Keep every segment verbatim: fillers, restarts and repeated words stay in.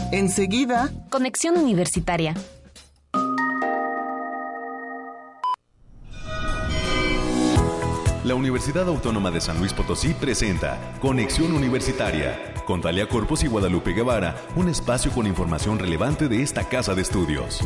Enseguida, Conexión Universitaria. La Universidad Autónoma de San Luis Potosí presenta Conexión Universitaria con Thalia Corpus y Guadalupe Guevara, un espacio con información relevante de esta casa de estudios.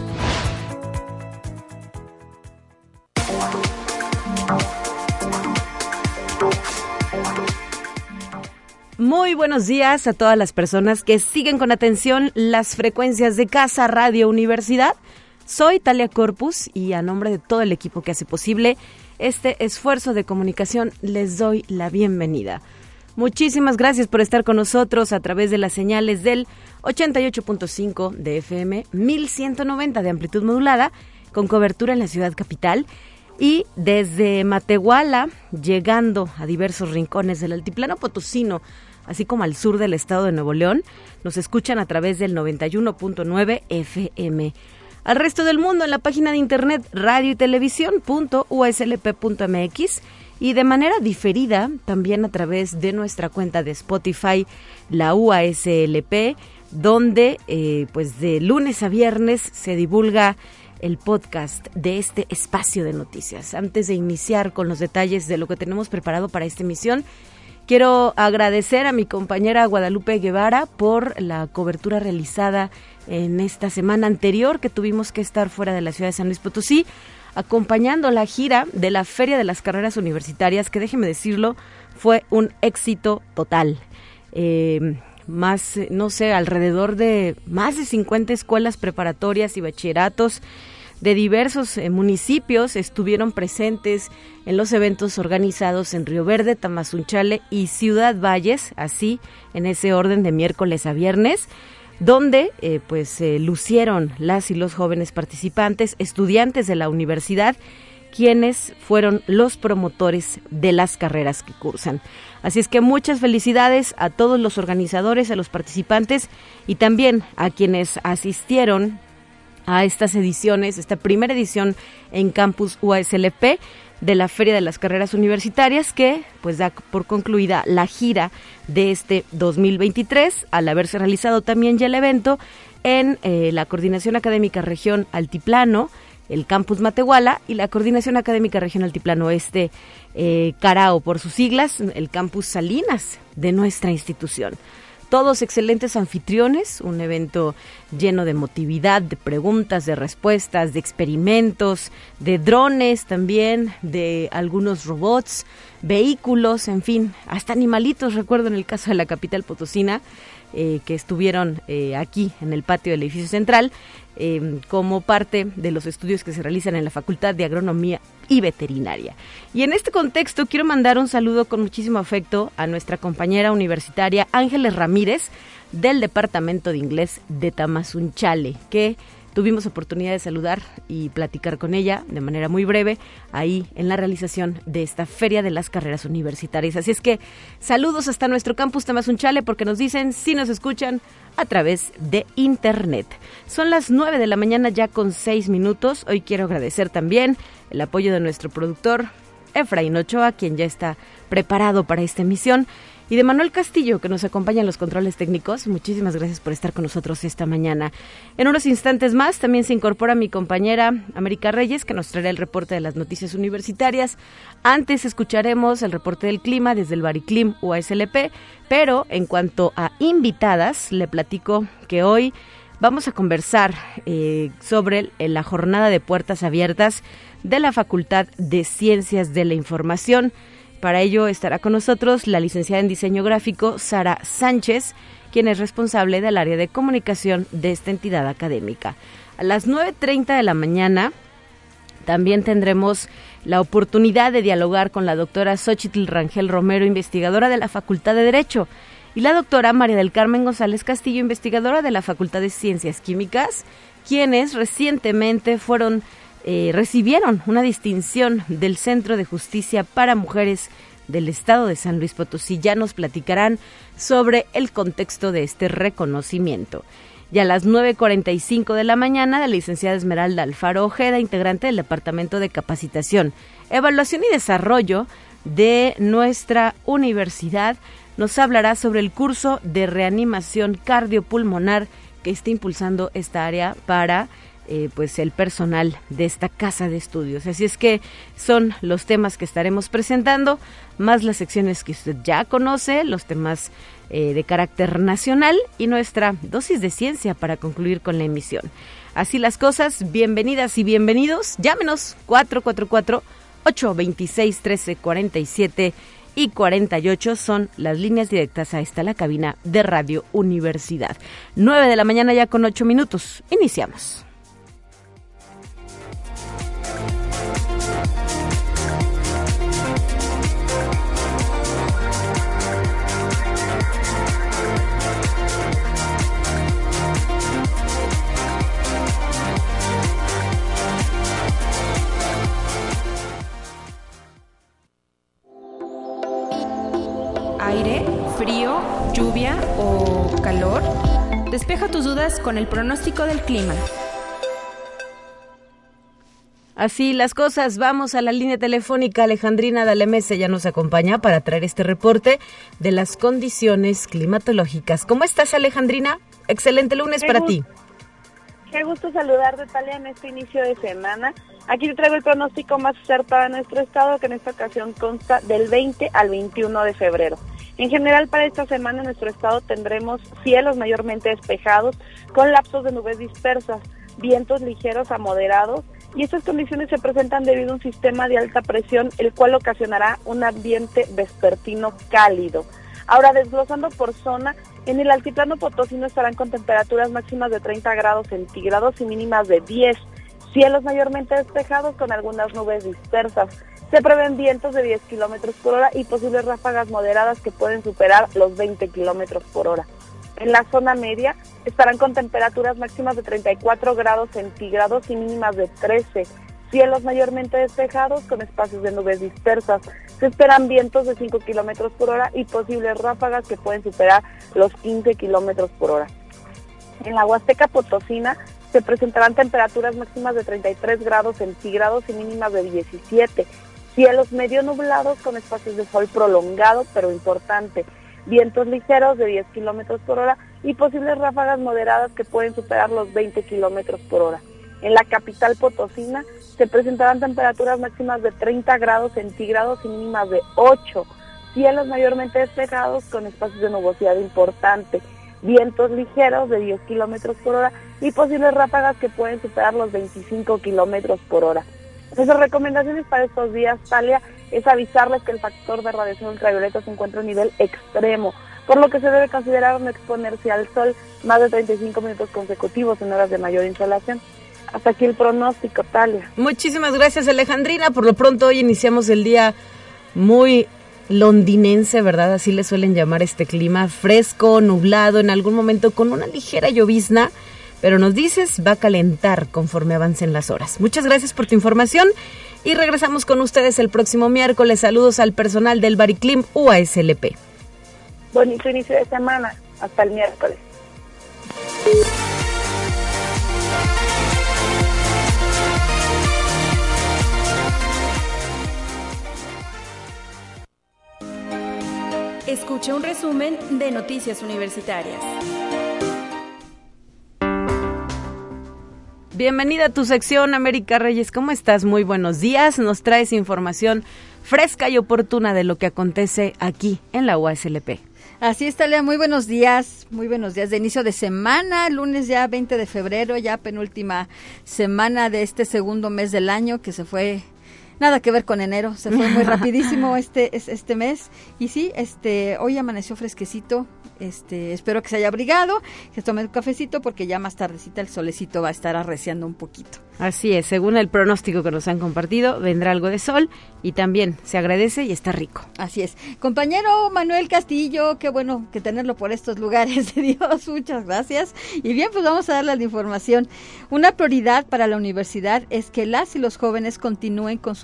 Muy buenos días a todas las personas que siguen con atención las frecuencias de Casa Radio Universidad. Soy Thalia Corpus y a nombre de todo el equipo que hace posible este esfuerzo de comunicación les doy la bienvenida. Muchísimas gracias por estar con nosotros a través de las señales del ochenta y ocho punto cinco de F M, mil ciento noventa de amplitud modulada, con cobertura en la ciudad capital, y desde Matehuala, llegando a diversos rincones del altiplano potosino, así como al sur del estado de Nuevo León, nos escuchan a través del noventa y uno punto nueve F M. Al resto del mundo en la página de internet radio y televisión punto u s l p punto m x y de manera diferida también a través de nuestra cuenta de Spotify, la U A S L P, donde eh, pues de lunes a viernes se divulga el podcast de este espacio de noticias. Antes de iniciar con los detalles de lo que tenemos preparado para esta emisión, quiero agradecer a mi compañera Guadalupe Guevara por la cobertura realizada en esta semana anterior que tuvimos que estar fuera de la ciudad de San Luis Potosí, acompañando la gira de la Feria de las Carreras Universitarias, que déjeme decirlo, fue un éxito total. Eh, más, no sé, alrededor de más de cincuenta escuelas preparatorias y bachilleratos de diversos eh, municipios estuvieron presentes en los eventos organizados en Río Verde, Tamazunchale y Ciudad Valles, así en ese orden de miércoles a viernes, donde eh, pues eh, lucieron las y los jóvenes participantes, estudiantes de la universidad, quienes fueron los promotores de las carreras que cursan. Así es que muchas felicidades a todos los organizadores, a los participantes y también a quienes asistieron a estas ediciones, esta primera edición en Campus U A S L P de la Feria de las Carreras Universitarias, que pues da por concluida la gira de este dos mil veintitrés, al haberse realizado también ya el evento en eh, la Coordinación Académica Región Altiplano, el Campus Matehuala, y la Coordinación Académica Región Altiplano Este, eh, Carao por sus siglas, el Campus Salinas de nuestra institución. Todos excelentes anfitriones, un evento lleno de emotividad, de preguntas, de respuestas, de experimentos, de drones también, de algunos robots, vehículos, en fin, hasta animalitos, recuerdo en el caso de la capital potosina, eh, que estuvieron eh, aquí en el patio del edificio central, eh, como parte de los estudios que se realizan en la Facultad de Agronomía y Veterinaria. Y en este contexto quiero mandar un saludo con muchísimo afecto a nuestra compañera universitaria Ángeles Ramírez del Departamento de Inglés de Tamazunchale, que tuvimos oportunidad de saludar y platicar con ella de manera muy breve ahí en la realización de esta Feria de las Carreras Universitarias. Así es que saludos hasta nuestro campus Tamazunchale, porque nos dicen si nos escuchan a través de internet. Son las nueve de la mañana ya con seis minutos. Hoy quiero agradecer también el apoyo de nuestro productor Efraín Ochoa, quien ya está preparado para esta emisión, y de Manuel Castillo, que nos acompaña en los controles técnicos. Muchísimas gracias por estar con nosotros esta mañana. En unos instantes más también se incorpora mi compañera América Reyes, que nos traerá el reporte de las noticias universitarias. Antes escucharemos el reporte del clima desde el Bariclim U A S L P, pero en cuanto a invitadas, le platico que hoy vamos a conversar eh, sobre la jornada de puertas abiertas de la Facultad de Ciencias de la Información. Para ello estará con nosotros la licenciada en Diseño Gráfico, Sara Sánchez, quien es responsable del área de comunicación de esta entidad académica. A las nueve treinta de la mañana también tendremos la oportunidad de dialogar con la doctora Xochitl Rangel Romero, investigadora de la Facultad de Derecho, y la doctora María del Carmen González Castillo, investigadora de la Facultad de Ciencias Químicas, quienes recientemente fueron Eh, recibieron una distinción del Centro de Justicia para Mujeres del Estado de San Luis Potosí. Ya nos platicarán sobre el contexto de este reconocimiento. Y a las nueve cuarenta y cinco de la mañana, la licenciada Esmeralda Alfaro Ojeda, integrante del Departamento de Capacitación, Evaluación y Desarrollo de nuestra universidad, nos hablará sobre el curso de reanimación cardiopulmonar que esté impulsando esta área para eh, pues el personal de esta casa de estudios. Así es que son los temas que estaremos presentando, más las secciones que usted ya conoce, los temas eh, de carácter nacional y nuestra dosis de ciencia para concluir con la emisión. Así las cosas, bienvenidas y bienvenidos. Llámenos cuatro cuatro cuatro, ocho dos seis, uno tres cuatro siete y cuarenta y ocho son las líneas directas a esta la cabina de Radio Universidad. nueve de la mañana ya con ocho minutos. Iniciamos. Aire, frío, lluvia o calor. Despeja tus dudas con el pronóstico del clima. Así las cosas, vamos a la línea telefónica. Alejandrina Dalemese ya nos acompaña para traer este reporte de las condiciones climatológicas. ¿Cómo estás, Alejandrina? Excelente lunes Qué para gusto, ti. Qué gusto saludarte, Talia, en este inicio de semana. Aquí te traigo el pronóstico más acertado de nuestro estado, que en esta ocasión consta del veinte al veintiuno de febrero. En general, para esta semana en nuestro estado tendremos cielos mayormente despejados, con lapsos de nubes dispersas, vientos ligeros a moderados, y estas condiciones se presentan debido a un sistema de alta presión, el cual ocasionará un ambiente vespertino cálido. Ahora, desglosando por zona, en el altiplano potosino estarán con temperaturas máximas de treinta grados centígrados y mínimas de diez, cielos mayormente despejados con algunas nubes dispersas. Se prevén vientos de diez kilómetros por hora y posibles ráfagas moderadas que pueden superar los veinte kilómetros por hora. En la zona media estarán con temperaturas máximas de treinta y cuatro grados centígrados y mínimas de trece, cielos mayormente despejados con espacios de nubes dispersas. Se esperan vientos de cinco kilómetros por hora y posibles ráfagas que pueden superar los quince kilómetros por hora. En la Huasteca Potosina se presentarán temperaturas máximas de treinta y tres grados centígrados y mínimas de diecisiete, cielos medio nublados con espacios de sol prolongado pero importante, vientos ligeros de diez kilómetros por hora y posibles ráfagas moderadas que pueden superar los veinte kilómetros por hora. En la capital potosina se presentarán temperaturas máximas de treinta grados centígrados y mínimas de ocho, cielos mayormente despejados con espacios de nubosidad importante, vientos ligeros de diez kilómetros por hora y posibles ráfagas que pueden superar los veinticinco kilómetros por hora. Nuestras recomendaciones para estos días, Talia, es avisarles que el factor de radiación ultravioleta se encuentra a nivel extremo, por lo que se debe considerar no exponerse al sol más de treinta y cinco minutos consecutivos en horas de mayor insolación. Hasta aquí el pronóstico, Talia. Muchísimas gracias, Alejandrina. Por lo pronto hoy iniciamos el día muy londinense, ¿verdad? Así le suelen llamar este clima, fresco, nublado, en algún momento con una ligera llovizna, pero nos dices, va a calentar conforme avancen las horas. Muchas gracias por tu información y regresamos con ustedes el próximo miércoles. Saludos al personal del Bariclim U A S L P. Bonito inicio de semana. Hasta el miércoles. Escucha un resumen de Noticias Universitarias. Bienvenida a tu sección, América Reyes. ¿Cómo estás? Muy buenos días. Nos traes información fresca y oportuna de lo que acontece aquí en la U A S L P. Así es, Talia, muy buenos días, muy buenos días de inicio de semana, lunes ya veinte de febrero, ya penúltima semana de este segundo mes del año que se fue, nada que ver con enero, se fue muy rapidísimo este, este mes y sí, este, hoy amaneció fresquecito. Este, espero que se haya abrigado, que tome un cafecito porque ya más tardecita el solecito va a estar arreciando un poquito. Así es, según el pronóstico que nos han compartido, vendrá algo de sol y también se agradece y está rico. Así es. Compañero Manuel Castillo, qué bueno que tenerlo por estos lugares de Dios, muchas gracias. Y bien, pues vamos a darle la información. Una prioridad para la universidad es que las y los jóvenes continúen con sus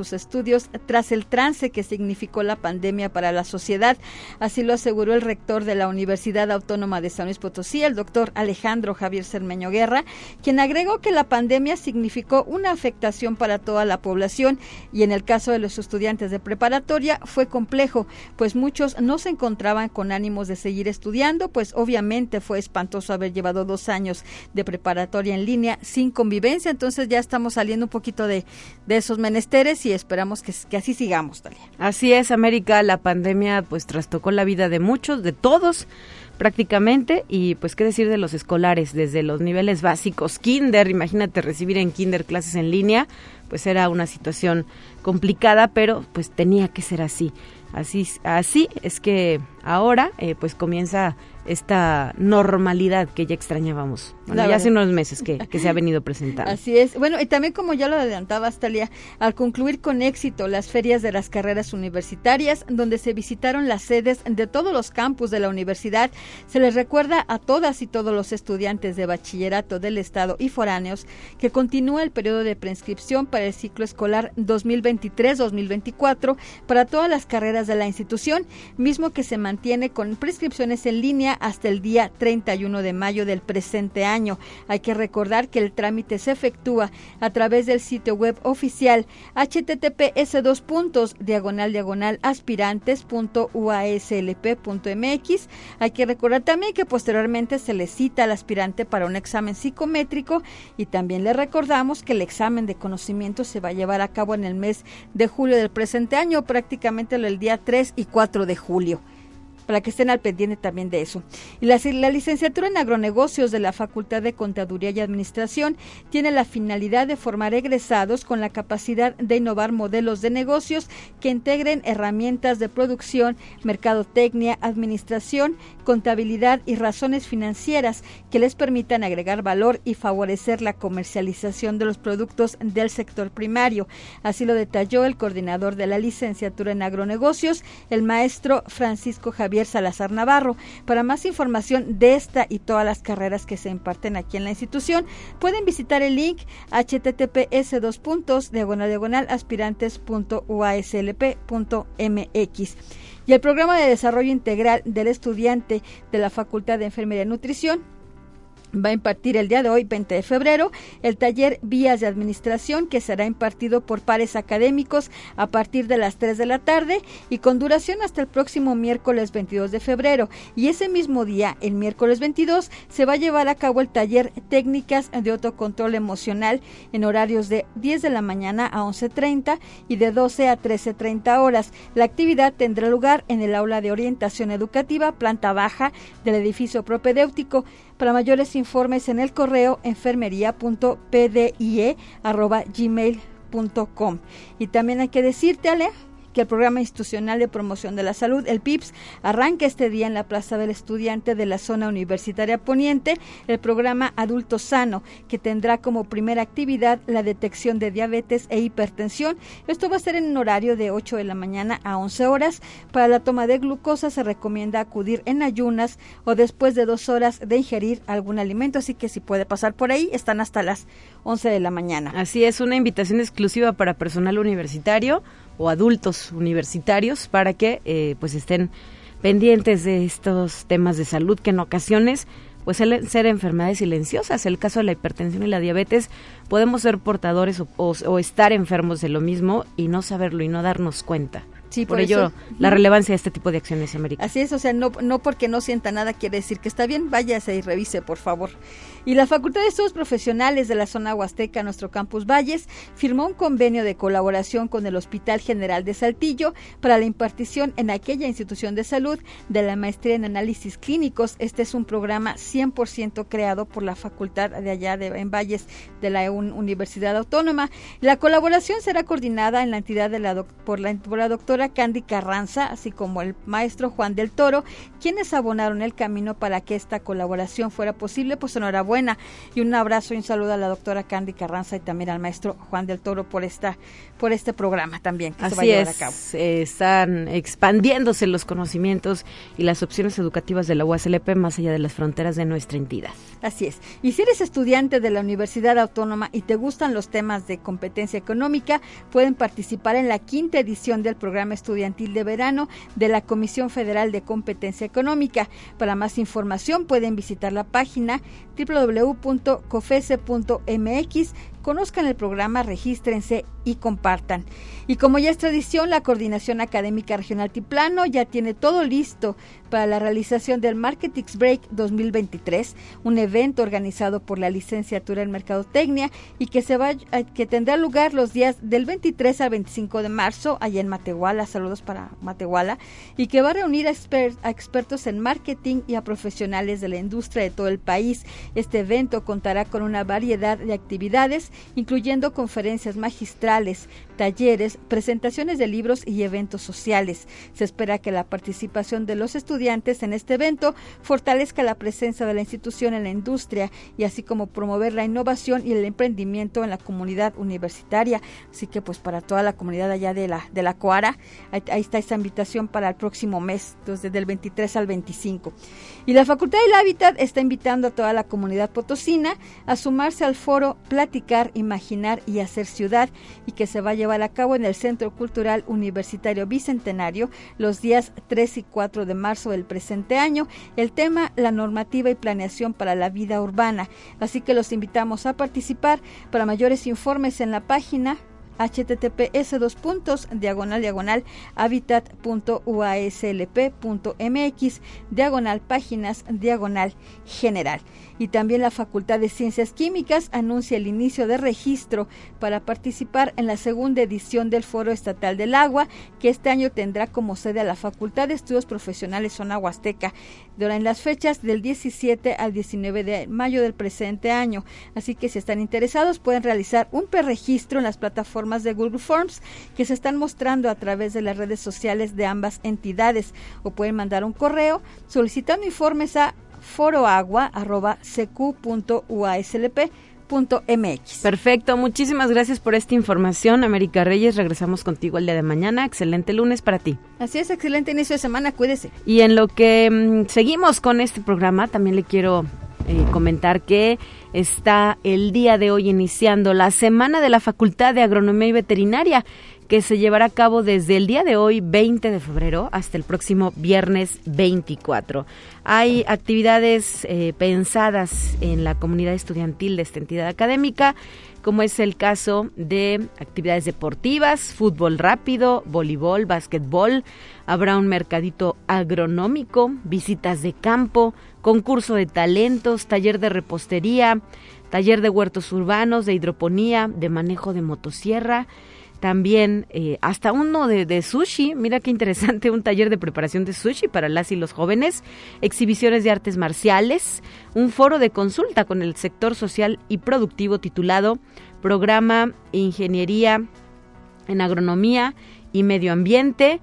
los estudios tras el trance que significó la pandemia para la sociedad. Así lo aseguró el rector de la Universidad Autónoma de San Luis Potosí, el doctor Alejandro Javier Cermeño Guerra, quien agregó que la pandemia significó una afectación para toda la población y en el caso de los estudiantes de preparatoria fue complejo, pues muchos no se encontraban con ánimos de seguir estudiando, pues obviamente fue espantoso haber llevado dos años de preparatoria en línea sin convivencia. Entonces ya estamos saliendo un poquito de, de esos menesteres y esperamos que, que así sigamos, Talia. Así es, América, la pandemia pues trastocó la vida de muchos, de todos prácticamente, y pues qué decir de los escolares, desde los niveles básicos, kinder, imagínate recibir en kinder clases en línea, pues era una situación complicada, pero pues tenía que ser así. Así, así es que ahora eh, pues comienza esta normalidad que ya extrañábamos. Bueno, ya hace unos meses que, que se ha venido presentando. Así es. Bueno, y también como ya lo adelantabas, Talia, al concluir con éxito las ferias de las carreras universitarias, donde se visitaron las sedes de todos los campus de la universidad, se les recuerda a todas y todos los estudiantes de bachillerato del Estado y foráneos que continúa el periodo de preinscripción para el ciclo escolar dos mil veintitrés dos mil veinticuatro para todas las carreras de la institución, mismo que se mantiene con prescripciones en línea hasta el día treinta y uno de mayo del presente año. Hay que recordar que el trámite se efectúa a través del sitio web oficial h t t p s dos puntos diagonal diagonal aspirantes punto u a s l p punto m x. Hay que recordar también que posteriormente se le cita al aspirante para un examen psicométrico y también le recordamos que el examen de conocimiento se va a llevar a cabo en el mes de julio del presente año, prácticamente el día tres y cuatro de julio. Para que estén al pendiente también de eso. Y la, la licenciatura en agronegocios de la Facultad de Contaduría y Administración tiene la finalidad de formar egresados con la capacidad de innovar modelos de negocios que integren herramientas de producción, mercadotecnia, administración, contabilidad y razones financieras que les permitan agregar valor y favorecer la comercialización de los productos del sector primario. Así lo detalló el coordinador de la licenciatura en agronegocios, el maestro Francisco Javier Salazar Navarro. Para más información de esta y todas las carreras que se imparten aquí en la institución, pueden visitar el link h t t p s dos puntos diagonal diagonal aspirantes punto u a s l p punto m x. Y el programa de desarrollo integral del estudiante de la Facultad de Enfermería y Nutrición va a impartir el día de hoy, veinte de febrero, el taller Vías de Administración, que será impartido por pares académicos a partir de las tres de la tarde y con duración hasta el próximo miércoles veintidós de febrero. Y ese mismo día, el miércoles veintidós, se va a llevar a cabo el taller Técnicas de Autocontrol Emocional en horarios de diez de la mañana a once treinta y de doce a trece treinta horas. La actividad tendrá lugar en el aula de orientación educativa, planta baja del edificio propedéutico. Para mayores informes en el correo enfermería punto p d i e arroba gmail punto com. Y también hay que decirte, Ale, que el Programa Institucional de Promoción de la Salud, el P I P S, arranca este día en la Plaza del Estudiante de la Zona Universitaria Poniente el programa Adulto Sano, que tendrá como primera actividad la detección de diabetes e hipertensión. Esto va a ser en un horario de ocho de la mañana a once horas. Para la toma de glucosa se recomienda acudir en ayunas o después de dos horas de ingerir algún alimento, así que si puede pasar por ahí, están hasta las once de la mañana. Así es, una invitación exclusiva para personal universitario o adultos universitarios para que eh, pues estén pendientes de estos temas de salud que en ocasiones pues suelen ser enfermedades silenciosas. El caso de la hipertensión y la diabetes, podemos ser portadores o, o, o estar enfermos de lo mismo y no saberlo y no darnos cuenta. Sí, por, por ello, eso, la relevancia de este tipo de acciones, América. Así es, o sea, no, no porque no sienta nada quiere decir que está bien, váyase y revise, por favor. Y la Facultad de Estudios Profesionales de la Zona Huasteca, nuestro campus Valles, firmó un convenio de colaboración con el Hospital General de Saltillo para la impartición en aquella institución de salud de la maestría en análisis clínicos. Este es un programa cien por ciento creado por la facultad de allá de, en Valles de la Universidad Autónoma. La colaboración será coordinada en la entidad de la doc, por, la, por la doctora Candy Carranza, así como el maestro Juan del Toro, quienes abonaron el camino para que esta colaboración fuera posible. Pues enhorabuena Nochebuena. Y un abrazo y un saludo a la doctora Candy Carranza y también al maestro Juan del Toro por esta por este programa también que Así se va a llevar es, a cabo. Eh, están expandiéndose los conocimientos y las opciones educativas de la U A S L P más allá de las fronteras de nuestra entidad. Así es. Y si eres estudiante de la Universidad Autónoma y te gustan los temas de competencia económica, pueden participar en la quinta edición del programa estudiantil de verano de la Comisión Federal de Competencia Económica. Para más información pueden visitar la página doble u doble u doble u punto cofese punto eme equis. Conozcan el programa, regístrense y compartan. Y como ya es tradición, la Coordinación Académica Regional Altiplano ya tiene todo listo para la realización del Marketix Break dos mil veintitrés, un evento organizado por la Licenciatura en Mercadotecnia y que se va que tendrá lugar los días del veintitrés al veinticinco de marzo allá en Matehuala, saludos para Matehuala, y que va a reunir a, exper, a expertos en marketing y a profesionales de la industria de todo el país. Este evento contará con una variedad de actividades, incluyendo conferencias magistrales, talleres, presentaciones de libros y eventos sociales. Se espera que la participación de los estudiantes en este evento fortalezca la presencia de la institución en la industria y así como promover la innovación y el emprendimiento en la comunidad universitaria. Así que pues para toda la comunidad allá de la de la Coara, ahí, ahí está esta invitación para el próximo mes, entonces del veintitrés al veinticinco. Y la Facultad del Hábitat está invitando a toda la comunidad potosina a sumarse al foro Platicar, Imaginar y Hacer Ciudad, y que se va a llevar a cabo en el Centro Cultural Universitario Bicentenario los días tres y cuatro de marzo del presente año. El tema, la normativa y planeación para la vida urbana. Así que los invitamos a participar. Para mayores informes en la página https dos puntos diagonal diagonal habitat punto uaslp punto mx diagonal páginas diagonal general. Y también la Facultad de Ciencias Químicas anuncia el inicio de registro para participar en la segunda edición del Foro Estatal del Agua, que este año tendrá como sede a la Facultad de Estudios Profesionales Zona Huasteca, durante las fechas del diecisiete al diecinueve de mayo del presente año. Así que si están interesados pueden realizar un preregistro en las plataformas de Google Forms que se están mostrando a través de las redes sociales de ambas entidades, o pueden mandar un correo solicitando informes a foroagua arroba c q punto u a s l p punto m x. Perfecto, muchísimas gracias por esta información, América Reyes. Regresamos contigo el día de mañana. Excelente lunes para ti. Así es, excelente inicio de semana, cuídese. Y en lo que mmm, seguimos con este programa, también le quiero eh, comentar que está el día de hoy iniciando la Semana de la Facultad de Agronomía y Veterinaria, que se llevará a cabo desde el día de hoy, veinte de febrero, hasta el próximo viernes veinticuatro. Hay actividades eh, pensadas en la comunidad estudiantil de esta entidad académica, como es el caso de actividades deportivas, fútbol rápido, voleibol, básquetbol. Habrá un mercadito agronómico, visitas de campo, concurso de talentos, taller de repostería, taller de huertos urbanos, de hidroponía, de manejo de motosierra. También eh, hasta uno de, de sushi, mira qué interesante, un taller de preparación de sushi para las y los jóvenes, exhibiciones de artes marciales, un foro de consulta con el sector social y productivo titulado Programa Ingeniería en Agronomía y Medio Ambiente.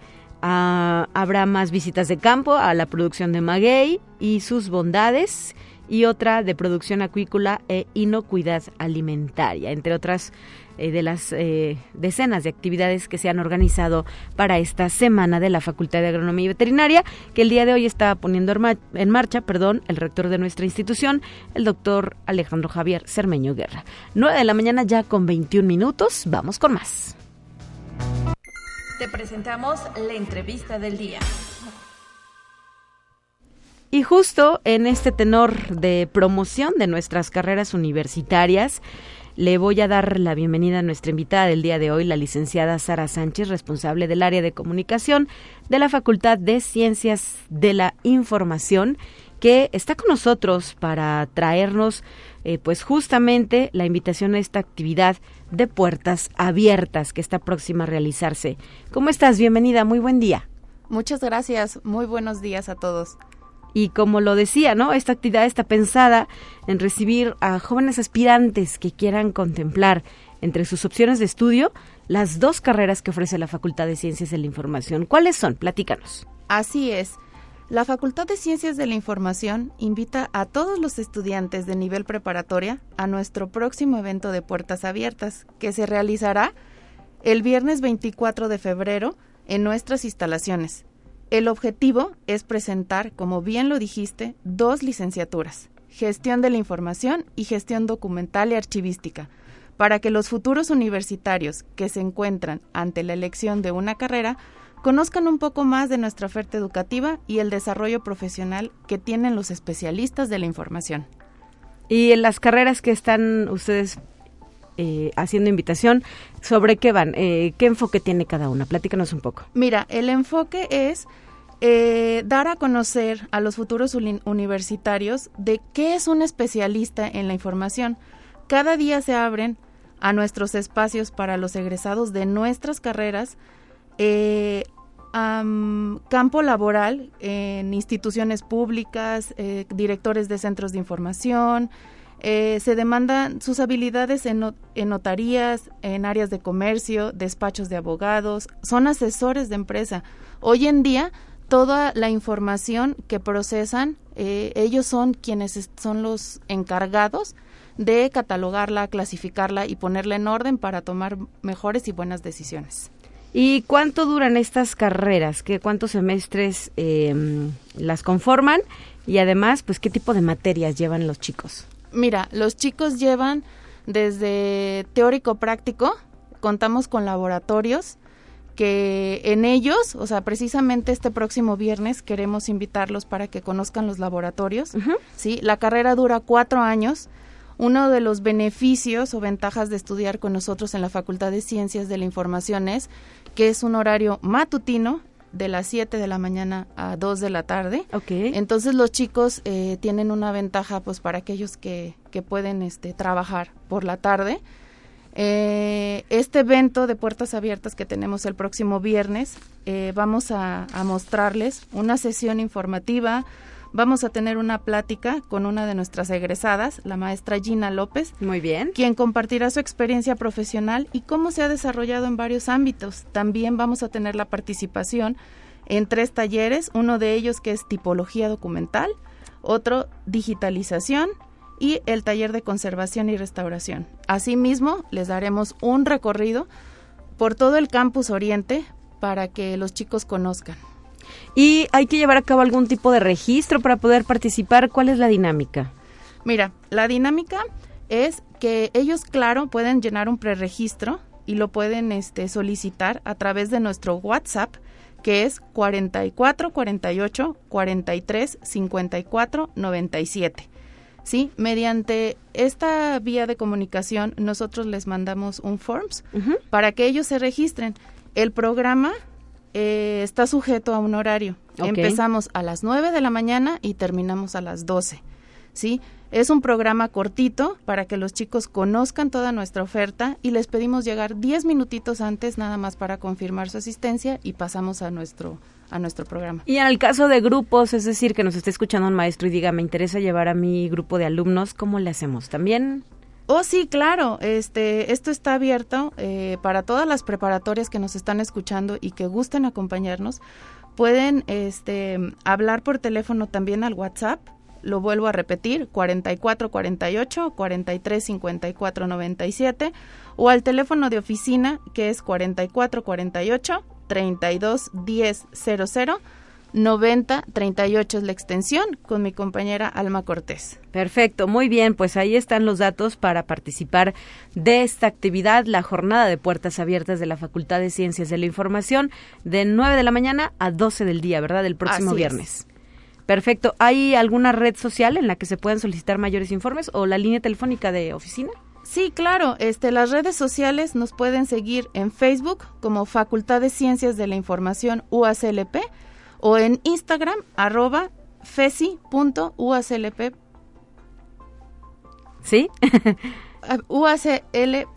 Uh, habrá más visitas de campo a la producción de maguey y sus bondades, y otra de producción acuícola e inocuidad alimentaria, entre otras eh, de las eh, decenas de actividades que se han organizado para esta Semana de la Facultad de Agronomía y Veterinaria, que el día de hoy está poniendo en marcha, perdón, el rector de nuestra institución, el doctor Alejandro Javier Cermeño Guerra. nueve de la mañana ya con veintiún minutos, vamos con más. Te presentamos la entrevista del día. Y justo en este tenor de promoción de nuestras carreras universitarias, le voy a dar la bienvenida a nuestra invitada del día de hoy, la licenciada Sara Sánchez, responsable del área de comunicación de la Facultad de Ciencias de la Información, que está con nosotros para traernos eh, pues justamente la invitación a esta actividad de puertas abiertas que está próxima a realizarse. ¿Cómo estás? Bienvenida, muy buen día. Muchas gracias, muy buenos días a todos. Y como lo decía, ¿no? Esta actividad está pensada en recibir a jóvenes aspirantes que quieran contemplar entre sus opciones de estudio las dos carreras que ofrece la Facultad de Ciencias de la Información. ¿Cuáles son? Platícanos. Así es. La Facultad de Ciencias de la Información invita a todos los estudiantes de nivel preparatoria a nuestro próximo evento de Puertas Abiertas, que se realizará el viernes veinticuatro de febrero en nuestras instalaciones. El objetivo es presentar, como bien lo dijiste, dos licenciaturas, Gestión de la Información y Gestión Documental y Archivística, para que los futuros universitarios que se encuentran ante la elección de una carrera conozcan un poco más de nuestra oferta educativa y el desarrollo profesional que tienen los especialistas de la información. Y en las carreras que están ustedes eh, haciendo invitación, ¿sobre qué van? Eh, ¿Qué enfoque tiene cada una? Platícanos un poco. Mira, el enfoque es eh, dar a conocer a los futuros uni- universitarios de qué es un especialista en la información. Cada día se abren a nuestros espacios para los egresados de nuestras carreras eh, Um, campo laboral en instituciones públicas, eh, directores de centros de información, eh, se demandan sus habilidades en, not- en notarías, en áreas de comercio, despachos de abogados, son asesores de empresa. Hoy en día, toda la información que procesan, eh, ellos son quienes est- son los encargados de catalogarla, clasificarla y ponerla en orden para tomar mejores y buenas decisiones. ¿Y cuánto duran estas carreras? ¿Qué, ¿Cuántos semestres eh, las conforman? Y además, pues, ¿qué tipo de materias llevan los chicos? Mira, los chicos llevan desde teórico-práctico, contamos con laboratorios, que en ellos, o sea, precisamente este próximo viernes queremos invitarlos para que conozcan los laboratorios, uh-huh. ¿sí? La carrera dura cuatro años. Uno de los beneficios o ventajas de estudiar con nosotros en la Facultad de Ciencias de la Información es que es un horario matutino de las siete de la mañana a dos de la tarde. Okay. Entonces los chicos eh, tienen una ventaja pues para aquellos que, que pueden este, trabajar por la tarde. Eh, este evento de Puertas Abiertas que tenemos el próximo viernes, eh, vamos a, a mostrarles una sesión informativa. Vamos a tener una plática con una de nuestras egresadas, la maestra Gina López. Muy bien. Quien compartirá su experiencia profesional y cómo se ha desarrollado en varios ámbitos. También vamos a tener la participación en tres talleres, uno de ellos que es tipología documental, otro digitalización y el taller de conservación y restauración. Asimismo, les daremos un recorrido por todo el campus Oriente para que los chicos conozcan. ¿Y hay que llevar a cabo algún tipo de registro para poder participar? ¿Cuál es la dinámica? Mira, la dinámica es que ellos, claro, pueden llenar un preregistro y lo pueden este, solicitar a través de nuestro WhatsApp, que es cuarenta y cuatro cuarenta y ocho cuarenta y tres cincuenta y cuatro noventa y siete. ¿Sí? Mediante esta vía de comunicación, nosotros les mandamos un forms uh-huh. para que ellos se registren. El programa Eh, está sujeto a un horario. Okay. Empezamos a las nueve de la mañana y terminamos a las doce, ¿sí? Es un programa cortito para que los chicos conozcan toda nuestra oferta y les pedimos llegar diez minutitos antes nada más para confirmar su asistencia y pasamos a nuestro a nuestro programa. Y en el caso de grupos, es decir, que nos esté escuchando un maestro y diga, me interesa llevar a mi grupo de alumnos, ¿cómo le hacemos? ¿También? Oh, sí, claro. Este, esto está abierto eh, para todas las preparatorias que nos están escuchando y que gusten acompañarnos. Pueden este, hablar por teléfono también al WhatsApp. Lo vuelvo a repetir, cuarenta y cuatro cuarenta y ocho cuarenta y tres cincuenta y cuatro noventa y siete o al teléfono de oficina que es cuarenta y cuatro cuarenta y ocho treinta y dos diez cero cero. noventa treinta y ocho es la extensión, con mi compañera Alma Cortés. Perfecto, muy bien, pues ahí están los datos para participar de esta actividad, la jornada de Puertas Abiertas de la Facultad de Ciencias de la Información, de nueve de la mañana a doce del día, ¿verdad? El próximo Así viernes. Es. Perfecto, ¿hay alguna red social en la que se puedan solicitar mayores informes o la línea telefónica de oficina? Sí, claro, este, las redes sociales nos pueden seguir en Facebook como Facultad de Ciencias de la Información U A C L P, o en Instagram, arroba fesi punto u a c l p. ¿Sí? U A C L P.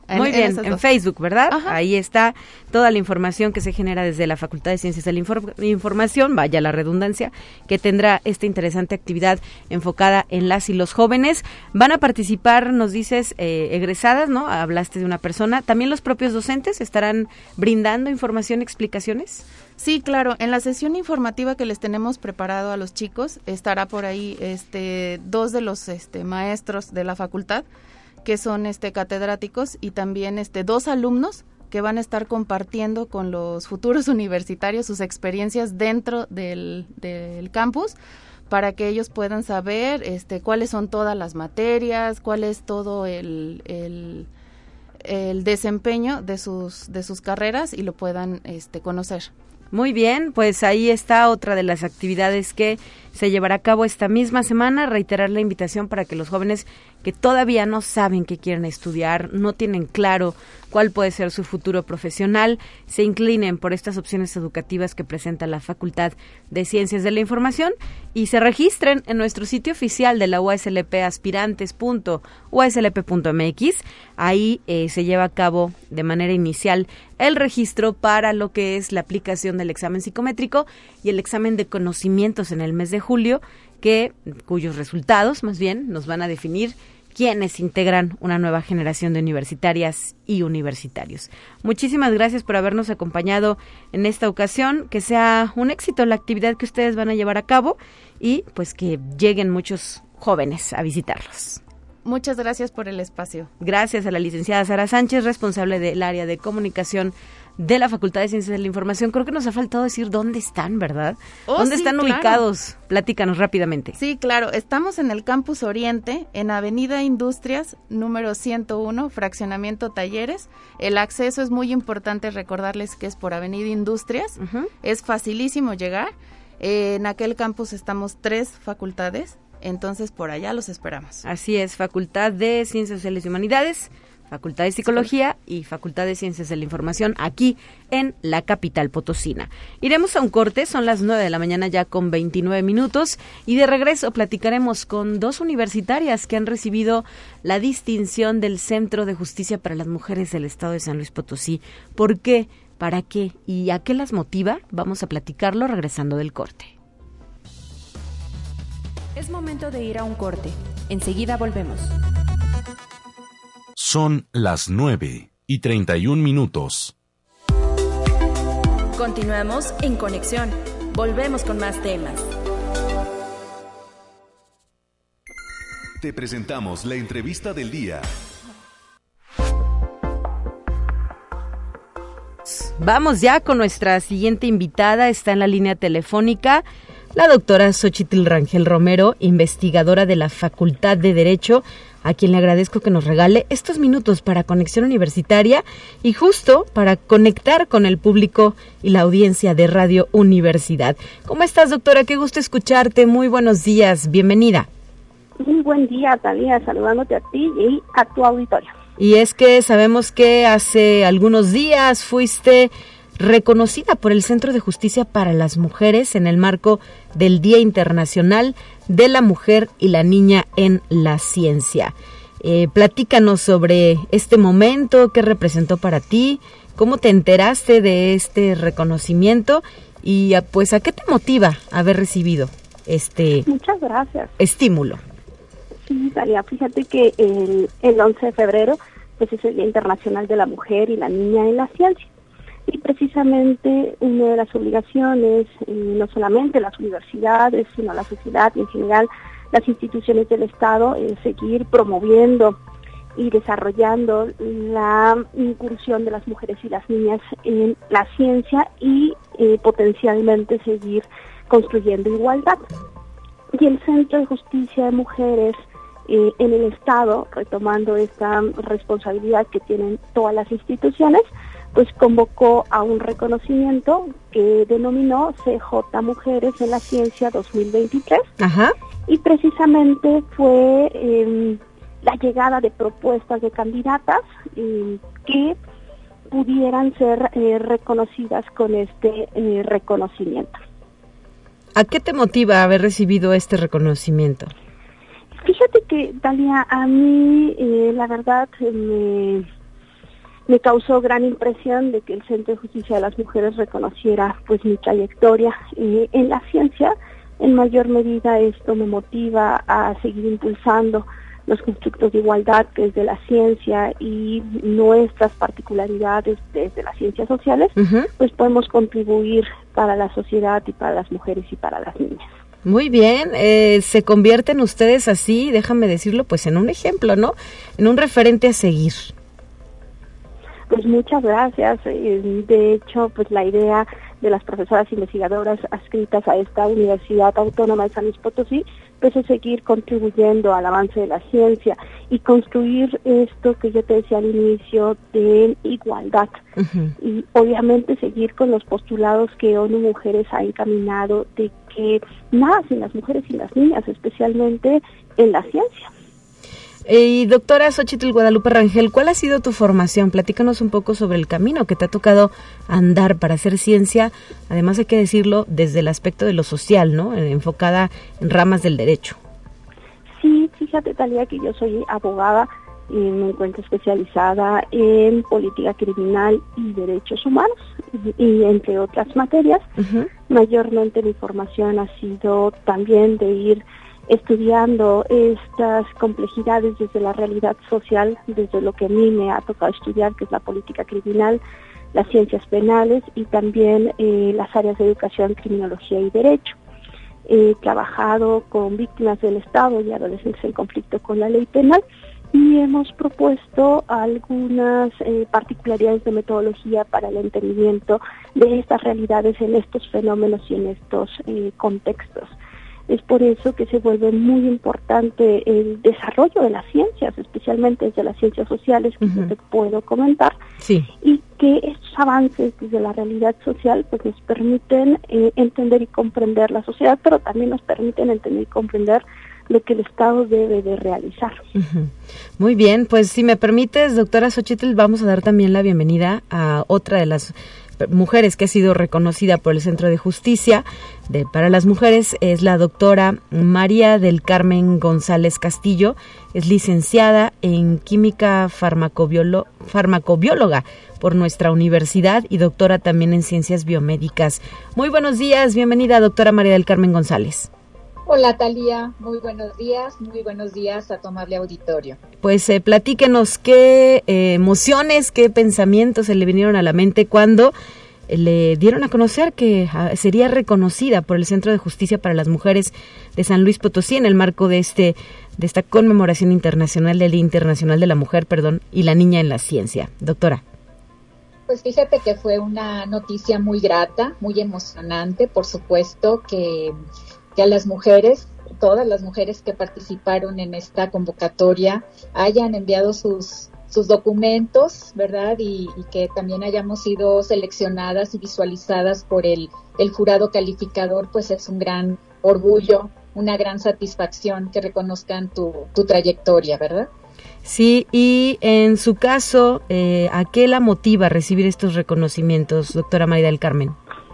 Muy en, bien, en, en Facebook, ¿verdad? Ajá. Ahí está toda la información que se genera desde la Facultad de Ciencias de la Infor- Información, vaya la redundancia, que tendrá esta interesante actividad enfocada en las y los jóvenes. Van a participar, nos dices, eh, egresadas, ¿no? Hablaste de una persona. ¿También los propios docentes estarán brindando información, explicaciones? Sí, claro. En la sesión informativa que les tenemos preparado a los chicos, estará por ahí este, dos de los este, maestros de la facultad, que son este catedráticos, y también este dos alumnos que van a estar compartiendo con los futuros universitarios sus experiencias dentro del, del campus, para que ellos puedan saber este cuáles son todas las materias, cuál es todo el, el, el desempeño de sus de sus carreras y lo puedan este conocer. Muy bien, pues ahí está otra de las actividades que se llevará a cabo esta misma semana. Reiterar la invitación para que los jóvenes que todavía no saben qué quieren estudiar, no tienen claro cuál puede ser su futuro profesional, se inclinen por estas opciones educativas que presenta la Facultad de Ciencias de la Información y se registren en nuestro sitio oficial de la U A S L P, aspirantes punto u a s l p punto m x. Ahí eh, se lleva a cabo de manera inicial el registro para lo que es la aplicación del examen psicométrico y el examen de conocimientos en el mes de julio, que cuyos resultados más bien nos van a definir quienes integran una nueva generación de universitarias y universitarios. Muchísimas gracias por habernos acompañado en esta ocasión, que sea un éxito la actividad que ustedes van a llevar a cabo y pues que lleguen muchos jóvenes a visitarlos. Muchas gracias por el espacio. Gracias a la licenciada Sara Sánchez, responsable del área de comunicación de la Facultad de Ciencias de la Información. Creo que nos ha faltado decir dónde están, ¿verdad? Oh, ¿Dónde sí, están claro. ubicados? Platícanos rápidamente. Sí, claro. Estamos en el Campus Oriente, en Avenida Industrias, número ciento uno, Fraccionamiento Talleres. El acceso es muy importante, recordarles que es por Avenida Industrias. Uh-huh. Es facilísimo llegar. Eh, en aquel campus estamos tres facultades, entonces por allá los esperamos. Así es, Facultad de Ciencias Sociales y Humanidades, Facultad de Psicología y Facultad de Ciencias de la Información, aquí en la capital potosina. Iremos a un corte, son las nueve de la mañana ya con veintinueve minutos, y de regreso platicaremos con dos universitarias que han recibido la distinción del Centro de Justicia para las Mujeres del Estado de San Luis Potosí. ¿Por qué? ¿Para qué? ¿Y a qué las motiva? Vamos a platicarlo regresando del corte. Es momento de ir a un corte. Enseguida volvemos. Son las nueve y treinta y un minutos. Continuamos en Conexión. Volvemos con más temas. Te presentamos la entrevista del día. Vamos ya con nuestra siguiente invitada, está en la línea telefónica la doctora Xochitl Rangel Romero, investigadora de la Facultad de Derecho, a quien le agradezco que nos regale estos minutos para Conexión Universitaria y justo para conectar con el público y la audiencia de Radio Universidad. ¿Cómo estás, doctora? Qué gusto escucharte. Muy buenos días. Bienvenida. Muy buen día, Talía, saludándote a ti y a tu auditorio. Y es que sabemos que hace algunos días fuiste reconocida por el Centro de Justicia para las Mujeres en el marco del Día Internacional de la Mujer y la Niña en la Ciencia. Eh, platícanos sobre este momento, qué representó para ti, cómo te enteraste de este reconocimiento y pues a qué te motiva haber recibido este Muchas gracias. estímulo. Sí, Dalia, fíjate que el, el once de febrero pues es el Día Internacional de la Mujer y la Niña en la Ciencia. Y precisamente una de las obligaciones, eh, no solamente las universidades, sino la sociedad y en general las instituciones del Estado, es seguir promoviendo y desarrollando la incursión de las mujeres y las niñas en la ciencia y eh, potencialmente seguir construyendo igualdad. Y el Centro de Justicia de Mujeres eh, en el Estado, retomando esta responsabilidad que tienen todas las instituciones, pues convocó a un reconocimiento que denominó C J Mujeres en la Ciencia dos mil veintitrés. Ajá. Y precisamente fue eh, la llegada de propuestas de candidatas eh, que pudieran ser eh, reconocidas con este eh, reconocimiento. ¿A qué te motiva haber recibido este reconocimiento? Fíjate que, Dalia, a mí eh, la verdad eh, me... me causó gran impresión de que el Centro de Justicia de las Mujeres reconociera pues mi trayectoria eh, en la ciencia. En mayor medida esto me motiva a seguir impulsando los constructos de igualdad desde la ciencia y nuestras particularidades desde las ciencias sociales, uh-huh. pues podemos contribuir para la sociedad y para las mujeres y para las niñas. Muy bien, eh, se convierten ustedes así, déjame decirlo, pues en un ejemplo, ¿no? En un referente a seguir. Pues muchas gracias. De hecho, pues la idea de las profesoras investigadoras adscritas a esta Universidad Autónoma de San Luis Potosí, pues es seguir contribuyendo al avance de la ciencia y construir esto que yo te decía al inicio de igualdad. Uh-huh. Y obviamente seguir con los postulados que ONU Mujeres ha encaminado de que nada sin las mujeres y las niñas, especialmente en la ciencia. Y doctora Xóchitl Guadalupe Rangel, ¿cuál ha sido tu formación? Platícanos un poco sobre el camino que te ha tocado andar para hacer ciencia, además hay que decirlo desde el aspecto de lo social, ¿no? Enfocada en ramas del derecho. Sí, fíjate, Talía, que yo soy abogada y me encuentro especializada en política criminal y derechos humanos, y, y entre otras materias. Uh-huh. Mayormente mi formación ha sido también de ir estudiando estas complejidades desde la realidad social, desde lo que a mí me ha tocado estudiar, que es la política criminal, las ciencias penales y también eh, las áreas de educación, criminología y derecho. He trabajado con víctimas del Estado y adolescentes en conflicto con la ley penal y hemos propuesto algunas eh, particularidades de metodología para el entendimiento de estas realidades en estos fenómenos y en estos eh, contextos. Es por eso que se vuelve muy importante el desarrollo de las ciencias, especialmente desde las ciencias sociales, que uh-huh. yo te puedo comentar, sí. y que estos avances desde la realidad social pues nos permiten eh, entender y comprender la sociedad, pero también nos permiten entender y comprender lo que el Estado debe de realizar. Uh-huh. Muy bien, pues si me permites, doctora Xóchitl, vamos a dar también la bienvenida a otra de las mujeres que ha sido reconocida por el Centro de Justicia de, para las Mujeres, es la doctora María del Carmen González Castillo, es licenciada en Química farmacobiolo- farmacobióloga por nuestra universidad y doctora también en Ciencias Biomédicas. Muy buenos días, bienvenida doctora María del Carmen González. Hola Talía, muy buenos días, muy buenos días a tu amable auditorio. Pues eh, platíquenos qué eh, emociones, qué pensamientos se le vinieron a la mente cuando eh, le dieron a conocer que ah, sería reconocida por el Centro de Justicia para las Mujeres de San Luis Potosí en el marco de este de esta conmemoración internacional del Día Internacional de la Mujer, perdón, y la Niña en la Ciencia. Doctora. Pues fíjate que fue una noticia muy grata, muy emocionante, por supuesto que que a las mujeres, todas las mujeres que participaron en esta convocatoria hayan enviado sus, sus documentos, ¿verdad? Y, y que también hayamos sido seleccionadas y visualizadas por el, el jurado calificador, pues es un gran orgullo, una gran satisfacción que reconozcan tu, tu trayectoria, ¿verdad? Sí, y en su caso, eh, ¿a qué la motiva a recibir estos reconocimientos, doctora María del Carmen?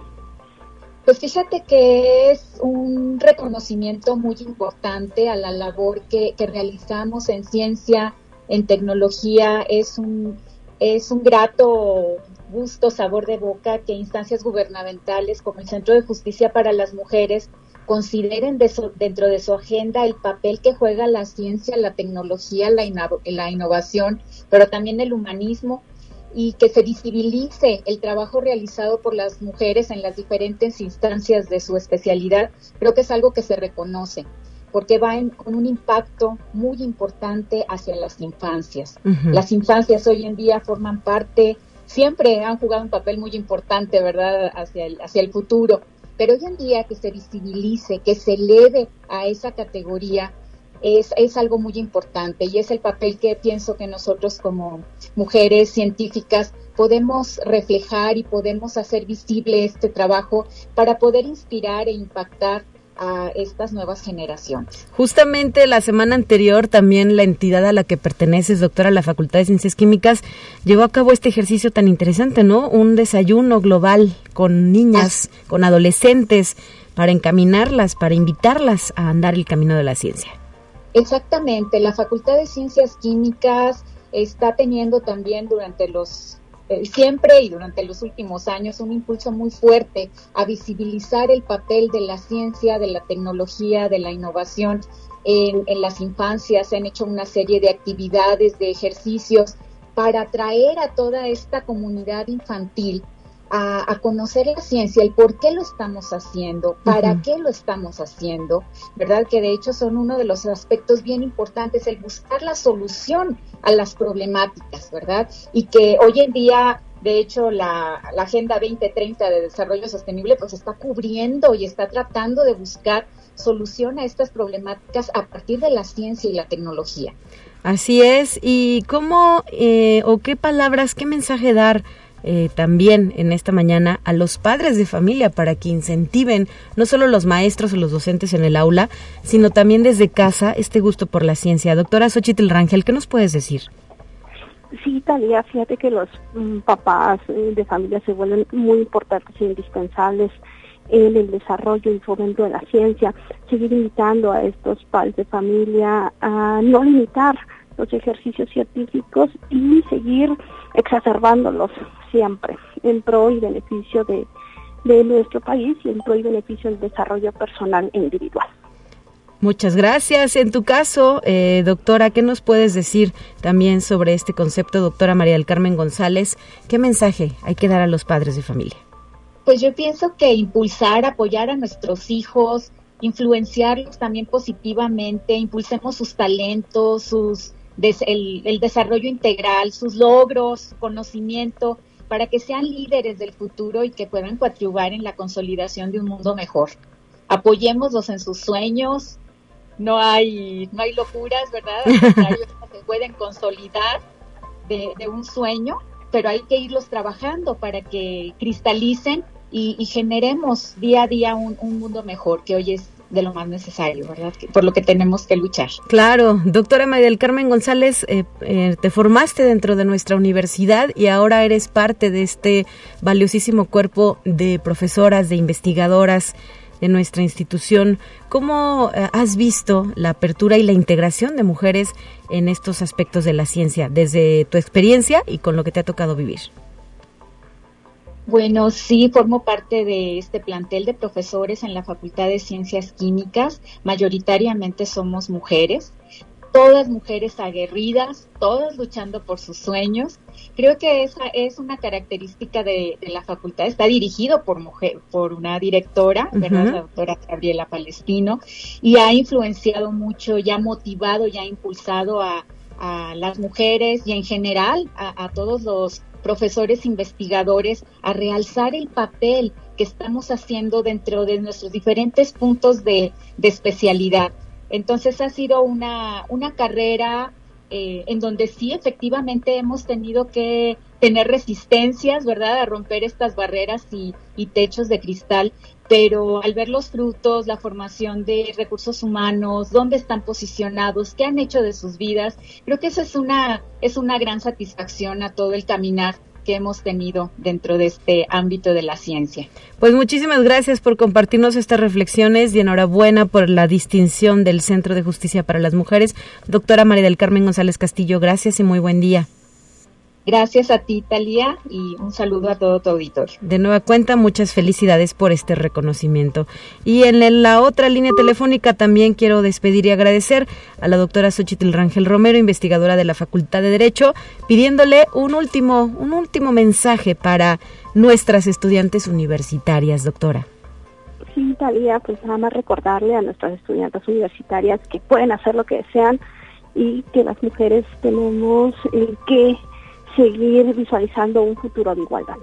Pues fíjate que es un reconocimiento muy importante a la labor que, que realizamos en ciencia, en tecnología. Es un, es un grato gusto, sabor de boca que instancias gubernamentales como el Centro de Justicia para las Mujeres consideren de su, dentro de su agenda el papel que juega la ciencia, la tecnología, la, ino- la innovación, pero también el humanismo, y que se visibilice el trabajo realizado por las mujeres en las diferentes instancias de su especialidad. Creo que es algo que se reconoce, porque va en, con un impacto muy importante hacia las infancias. Uh-huh. Las infancias hoy en día forman parte, siempre han jugado un papel muy importante, ¿verdad?, hacia el, hacia el futuro, pero hoy en día que se visibilice, que se eleve a esa categoría, Es, es algo muy importante y es el papel que pienso que nosotros como mujeres científicas podemos reflejar y podemos hacer visible este trabajo para poder inspirar e impactar a estas nuevas generaciones. Justamente la semana anterior también la entidad a la que perteneces, doctora, la Facultad de Ciencias Químicas, llevó a cabo este ejercicio tan interesante, ¿no? Un desayuno global con niñas, ah. con adolescentes, para encaminarlas, para invitarlas a andar el camino de la ciencia. Exactamente, la Facultad de Ciencias Químicas está teniendo también durante los eh, siempre y durante los últimos años un impulso muy fuerte a visibilizar el papel de la ciencia, de la tecnología, de la innovación en, en las infancias. Se han hecho una serie de actividades, de ejercicios para atraer a toda esta comunidad infantil A, a conocer la ciencia, el por qué lo estamos haciendo, para uh-huh. qué lo estamos haciendo, ¿verdad? Que de hecho son uno de los aspectos bien importantes, el buscar la solución a las problemáticas, ¿verdad? Y que hoy en día, de hecho, la, la Agenda veinte treinta de Desarrollo Sostenible pues está cubriendo y está tratando de buscar solución a estas problemáticas a partir de la ciencia y la tecnología. Así es. ¿Y cómo eh, o qué palabras, qué mensaje dar Eh, también en esta mañana a los padres de familia para que incentiven no solo los maestros o los docentes en el aula, sino también desde casa este gusto por la ciencia? Doctora Xóchitl Rangel, ¿qué nos puedes decir? Sí, Talia, fíjate que los mm, papás eh, de familia se vuelven muy importantes e indispensables en el desarrollo y fomento de la ciencia. Seguir invitando a estos padres de familia a no limitar los ejercicios científicos y seguir exacerbándolos siempre en pro y beneficio de, de nuestro país y en pro y beneficio del desarrollo personal e individual. Muchas gracias. En tu caso, eh, doctora, ¿qué nos puedes decir también sobre este concepto, doctora María del Carmen González? ¿Qué mensaje hay que dar a los padres de familia? Pues yo pienso que impulsar, apoyar a nuestros hijos, influenciarlos también positivamente, impulsemos sus talentos, sus des, el, el desarrollo integral, sus logros, su conocimiento, para que sean líderes del futuro y que puedan coadyuvar en la consolidación de un mundo mejor. Apoyémoslos en sus sueños, no hay no hay locuras, ¿verdad? Al contrario, se pueden consolidar de, de un sueño, pero hay que irlos trabajando para que cristalicen y, y generemos día a día un, un mundo mejor, que hoy es de lo más necesario, ¿verdad? Que, por lo que tenemos que luchar. Claro. Doctora María del Carmen González, eh, eh, te formaste dentro de nuestra universidad y ahora eres parte de este valiosísimo cuerpo de profesoras, de investigadoras de nuestra institución. ¿Cómo eh, has visto la apertura y la integración de mujeres en estos aspectos de la ciencia, desde tu experiencia y con lo que te ha tocado vivir? Bueno, sí, formo parte de este plantel de profesores en la Facultad de Ciencias Químicas. Mayoritariamente somos mujeres, todas mujeres aguerridas, todas luchando por sus sueños. Creo que esa es una característica de, de la facultad. Está dirigido por mujer, por una directora, ¿verdad? Uh-huh. La doctora Gabriela Palestino, y ha influenciado mucho, y ha motivado, y ha impulsado a, a las mujeres y en general a, a todos los profesores investigadores a realzar el papel que estamos haciendo dentro de nuestros diferentes puntos de, de especialidad. Entonces ha sido una, una carrera eh, en donde sí efectivamente hemos tenido que tener resistencias, ¿verdad?, a romper estas barreras y, y techos de cristal, pero al ver los frutos, la formación de recursos humanos, dónde están posicionados, qué han hecho de sus vidas, creo que eso es una, es una gran satisfacción a todo el caminar que hemos tenido dentro de este ámbito de la ciencia. Pues muchísimas gracias por compartirnos estas reflexiones y enhorabuena por la distinción del Centro de Justicia para las Mujeres. Doctora María del Carmen González Castillo, gracias y muy buen día. Gracias a ti, Talía, y un saludo a todo tu auditorio. De nueva cuenta, muchas felicidades por este reconocimiento. Y en la otra línea telefónica también quiero despedir y agradecer a la doctora Xóchitl Rangel Romero, investigadora de la Facultad de Derecho, pidiéndole un último, un último mensaje para nuestras estudiantes universitarias, doctora. Sí, Talía, pues nada más recordarle a nuestras estudiantes universitarias que pueden hacer lo que desean y que las mujeres tenemos eh, que seguir visualizando un futuro de igualdad.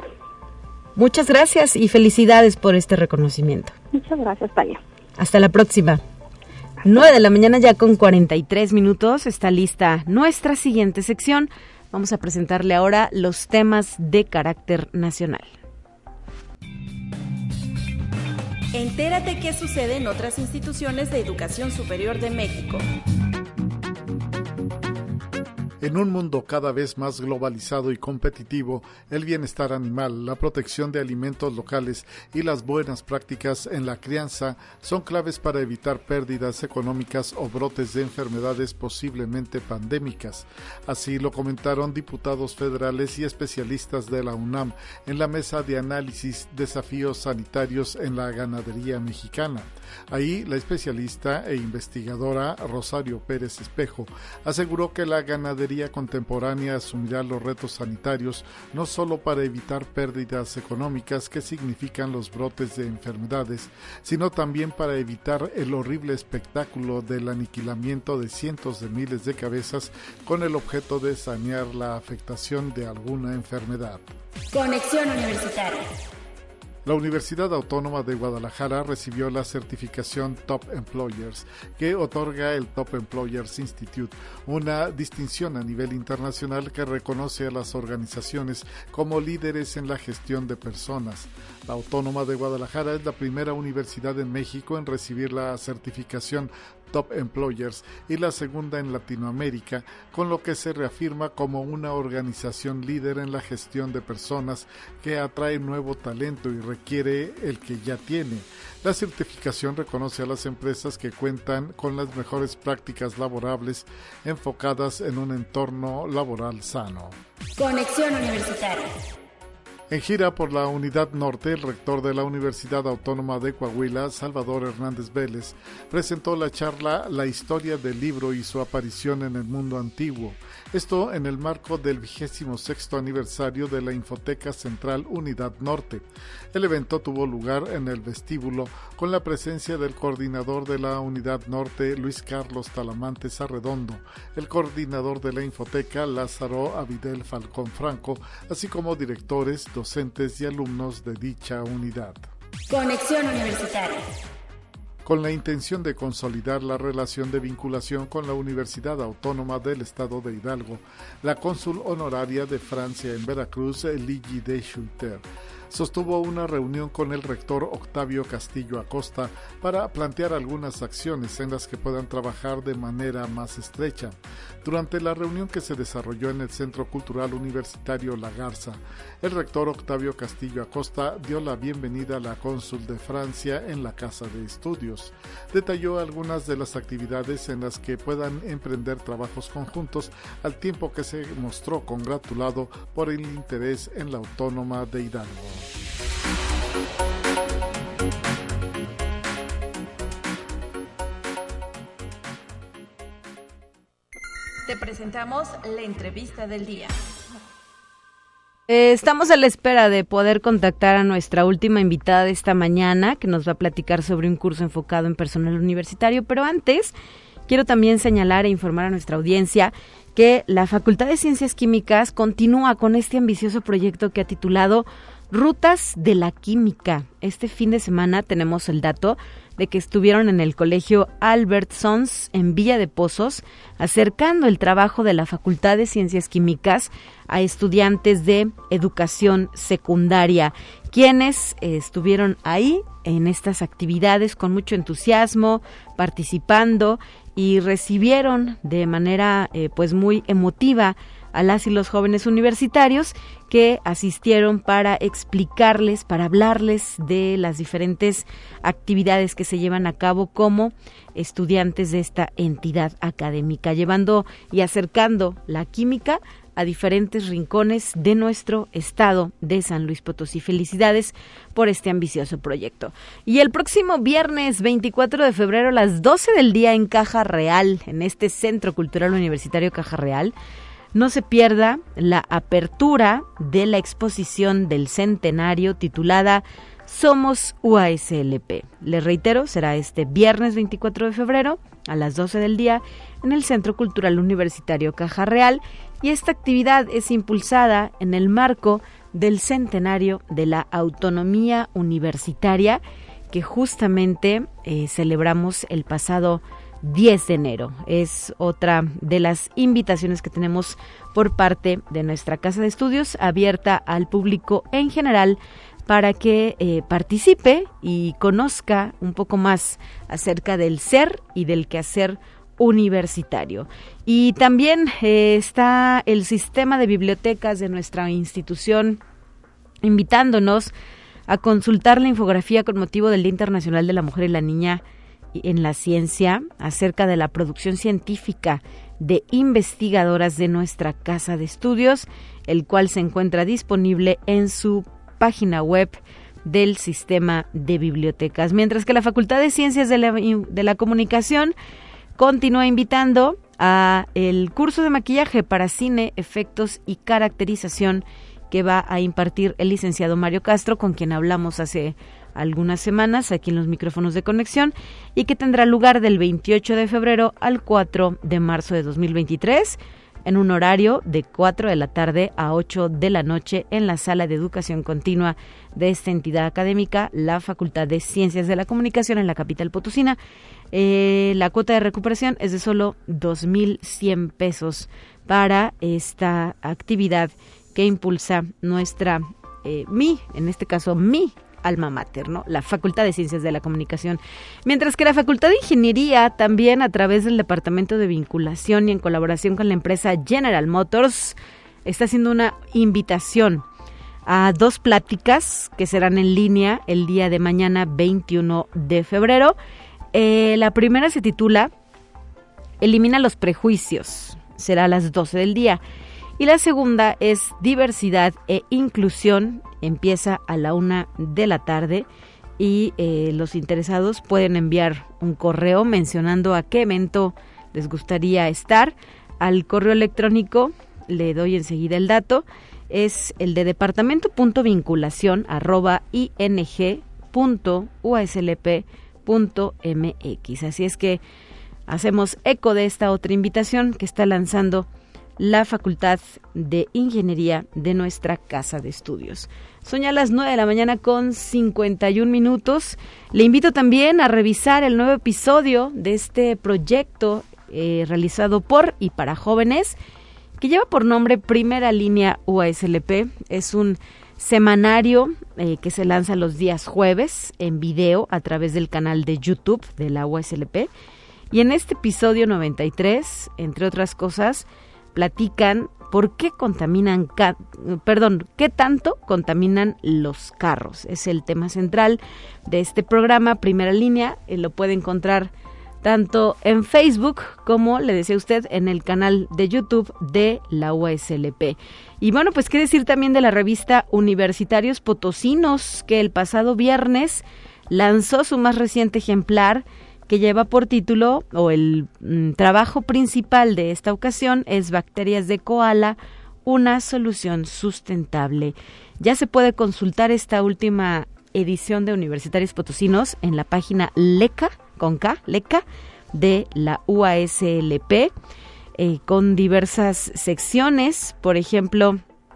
Muchas gracias y felicidades por este reconocimiento. Muchas gracias, Tania. Hasta la próxima. nueve de la mañana ya con cuarenta y tres minutos. Está lista nuestra siguiente sección. Vamos a presentarle ahora los temas de carácter nacional. Entérate qué sucede en otras instituciones de educación superior de México. En un mundo cada vez más globalizado y competitivo, el bienestar animal, la protección de alimentos locales y las buenas prácticas en la crianza son claves para evitar pérdidas económicas o brotes de enfermedades posiblemente pandémicas. Así lo comentaron diputados federales y especialistas de la UNAM en la mesa de análisis Desafíos sanitarios en la ganadería mexicana. Ahí, la especialista e investigadora Rosario Pérez Espejo aseguró que la ganadería contemporánea asumirá los retos sanitarios no solo para evitar pérdidas económicas que significan los brotes de enfermedades, sino también para evitar el horrible espectáculo del aniquilamiento de cientos de miles de cabezas con el objeto de sanear la afectación de alguna enfermedad. Conexión Universitaria. La Universidad Autónoma de Guadalajara recibió la certificación Top Employers, que otorga el Top Employers Institute, una distinción a nivel internacional que reconoce a las organizaciones como líderes en la gestión de personas. La Autónoma de Guadalajara es la primera universidad en México en recibir la certificación Top Employers y la segunda en Latinoamérica, con lo que se reafirma como una organización líder en la gestión de personas que atrae nuevo talento y requiere el que ya tiene. La certificación reconoce a las empresas que cuentan con las mejores prácticas laborables enfocadas en un entorno laboral sano. Conexión Universitaria. En gira por la Unidad Norte, el rector de la Universidad Autónoma de Coahuila, Salvador Hernández Vélez, presentó la charla La historia del libro y su aparición en el mundo antiguo. Esto en el marco del vigésimo sexto aniversario de la Infoteca Central Unidad Norte. El evento tuvo lugar en el vestíbulo con la presencia del coordinador de la Unidad Norte, Luis Carlos Talamantes Arredondo, el coordinador de la Infoteca, Lázaro Avidel Falcón Franco, así como directores, docentes y alumnos de dicha unidad. Conexión Universitaria. Con la intención de consolidar la relación de vinculación con la Universidad Autónoma del Estado de Hidalgo, la cónsul honoraria de Francia en Veracruz, Ligi de Schutter, sostuvo una reunión con el rector Octavio Castillo Acosta para plantear algunas acciones en las que puedan trabajar de manera más estrecha. Durante la reunión que se desarrolló en el Centro Cultural Universitario La Garza, el rector Octavio Castillo Acosta dio la bienvenida a la cónsul de Francia en la Casa de Estudios. Detalló algunas de las actividades en las que puedan emprender trabajos conjuntos, al tiempo que se mostró congratulado por el interés en la Autónoma de Hidalgo. Te presentamos la entrevista del día. Eh, estamos a la espera de poder contactar a nuestra última invitada de esta mañana, que nos va a platicar sobre un curso enfocado en personal universitario, pero antes quiero también señalar e informar a nuestra audiencia que la Facultad de Ciencias Químicas continúa con este ambicioso proyecto que ha titulado Rutas de la Química. Este fin de semana tenemos el dato de que estuvieron en el Colegio Albert Sons en Villa de Pozos, acercando el trabajo de la Facultad de Ciencias Químicas a estudiantes de educación secundaria, quienes eh, estuvieron ahí en estas actividades con mucho entusiasmo, participando y recibieron de manera eh, pues muy emotiva a las y los jóvenes universitarios que asistieron para explicarles, para hablarles de las diferentes actividades que se llevan a cabo como estudiantes de esta entidad académica, llevando y acercando la química a diferentes rincones de nuestro estado de San Luis Potosí. Felicidades por este ambicioso proyecto. Y el próximo viernes veinticuatro de febrero a las doce del día en Caja Real, en este Centro Cultural Universitario Caja Real, no se pierda la apertura de la exposición del centenario titulada Somos U A S L P. Les reitero, será este viernes veinticuatro de febrero a las doce del día en el Centro Cultural Universitario Caja Real, y esta actividad es impulsada en el marco del centenario de la autonomía universitaria que justamente eh, celebramos el pasado diez de enero. Es otra de las invitaciones que tenemos por parte de nuestra Casa de Estudios, abierta al público en general, para que eh, participe y conozca un poco más acerca del ser y del quehacer universitario. Y también eh, está el sistema de bibliotecas de nuestra institución invitándonos a consultar la infografía con motivo del Día Internacional de la Mujer y la Niña en la Ciencia acerca de la producción científica de investigadoras de nuestra casa de estudios, el cual se encuentra disponible en su página web del sistema de bibliotecas. Mientras que la Facultad de Ciencias de la, de la Comunicación continúa invitando a el curso de maquillaje para cine, efectos y caracterización que va a impartir el licenciado Mario Castro, con quien hablamos hace algunas semanas aquí en los micrófonos de conexión, y que tendrá lugar del veintiocho de febrero al cuatro de marzo de dos mil veintitrés, en un horario de cuatro de la tarde a ocho de la noche en la Sala de Educación Continua de esta entidad académica, la Facultad de Ciencias de la Comunicación en la capital potosina. Eh, la cuota de recuperación es de solo dos mil cien pesos para esta actividad que impulsa nuestra, eh, mi, en este caso mi alma mater, ¿no? La Facultad de Ciencias de la Comunicación. Mientras que la Facultad de Ingeniería, también a través del Departamento de Vinculación y en colaboración con la empresa General Motors, está haciendo una invitación a dos pláticas que serán en línea el día de mañana, veintiuno de febrero. Eh, la primera se titula Elimina los prejuicios. Será a las doce del día. Y la segunda es Diversidad e Inclusión, empieza a la una de la tarde y eh, los interesados pueden enviar un correo mencionando a qué evento les gustaría estar. Al correo electrónico, le doy enseguida el dato, es el de departamento.vinculación arroba ing punto uslp punto mx. Así es que hacemos eco de esta otra invitación que está lanzando la Facultad de Ingeniería de nuestra casa de estudios. Son ya las nueve de la mañana con cincuenta y un minutos. Le invito también a revisar el nuevo episodio de este proyecto eh, realizado por y para jóvenes, que lleva por nombre Primera Línea U A S L P. Es un semanario eh, que se lanza los días jueves en video a través del canal de YouTube de la U A S L P. Y en este episodio noventa y tres, entre otras cosas, platican por qué contaminan, ca- perdón, qué tanto contaminan los carros. Es el tema central de este programa, Primera Línea. Eh, lo puede encontrar tanto en Facebook como, le decía usted, en el canal de YouTube de la U A S L P. Y bueno, pues qué decir también de la revista Universitarios Potosinos, que el pasado viernes lanzó su más reciente ejemplar, que lleva por título, o el mm, trabajo principal de esta ocasión es Bacterias de Koala, una solución sustentable. Ya se puede consultar esta última edición de Universitarios Potosinos en la página LECA, con K, LECA, de la U A S L P, eh, con diversas secciones. Por ejemplo,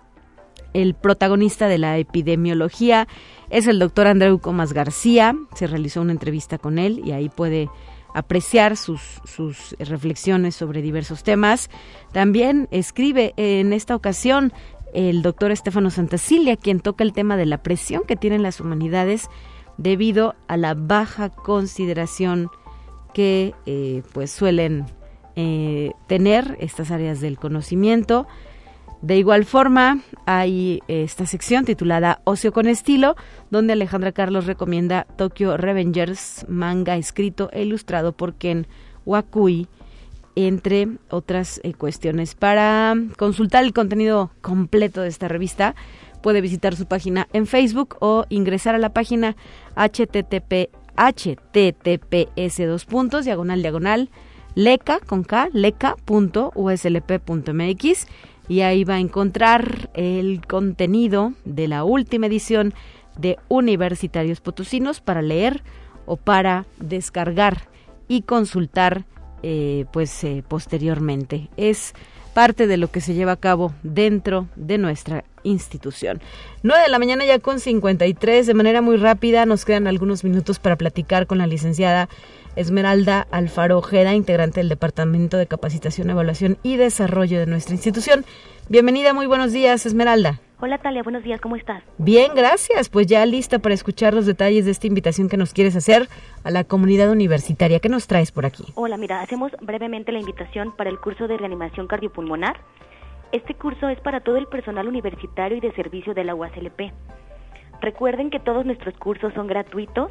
el protagonista de la epidemiología es el doctor Andreu Comas García. Se realizó una entrevista con él y ahí puede apreciar sus, sus reflexiones sobre diversos temas. También escribe en esta ocasión el doctor Estefano Santacilia, quien toca el tema de la presión que tienen las humanidades debido a la baja consideración que eh, pues suelen eh, tener estas áreas del conocimiento. De igual forma, hay esta sección titulada Ocio con Estilo, donde Alejandra Carlos recomienda Tokyo Revengers, manga escrito e ilustrado por Ken Wakui, entre otras eh, cuestiones. Para consultar el contenido completo de esta revista, puede visitar su página en Facebook o ingresar a la página http https dos puntos diagonal diagonal leca con k leca punto uslp punto mx, y ahí va a encontrar el contenido de la última edición de Universitarios Potosinos para leer o para descargar y consultar eh, pues eh, posteriormente. Es parte de lo que se lleva a cabo dentro de nuestra institución. nueve de la mañana ya con cincuenta y tres, de manera muy rápida, nos quedan algunos minutos para platicar con la licenciada Esmeralda Alfaro Ojeda, integrante del Departamento de Capacitación, Evaluación y Desarrollo de nuestra institución. Bienvenida, muy buenos días, Esmeralda. Hola Talia, buenos días, ¿cómo estás? Bien, gracias. Pues ya lista para escuchar los detalles de esta invitación que nos quieres hacer a la comunidad universitaria. ¿Qué nos traes por aquí? Hola, mira, hacemos brevemente la invitación para el curso de reanimación cardiopulmonar. Este curso es para todo el personal universitario y de servicio de la U A S L P. Recuerden que todos nuestros cursos son gratuitos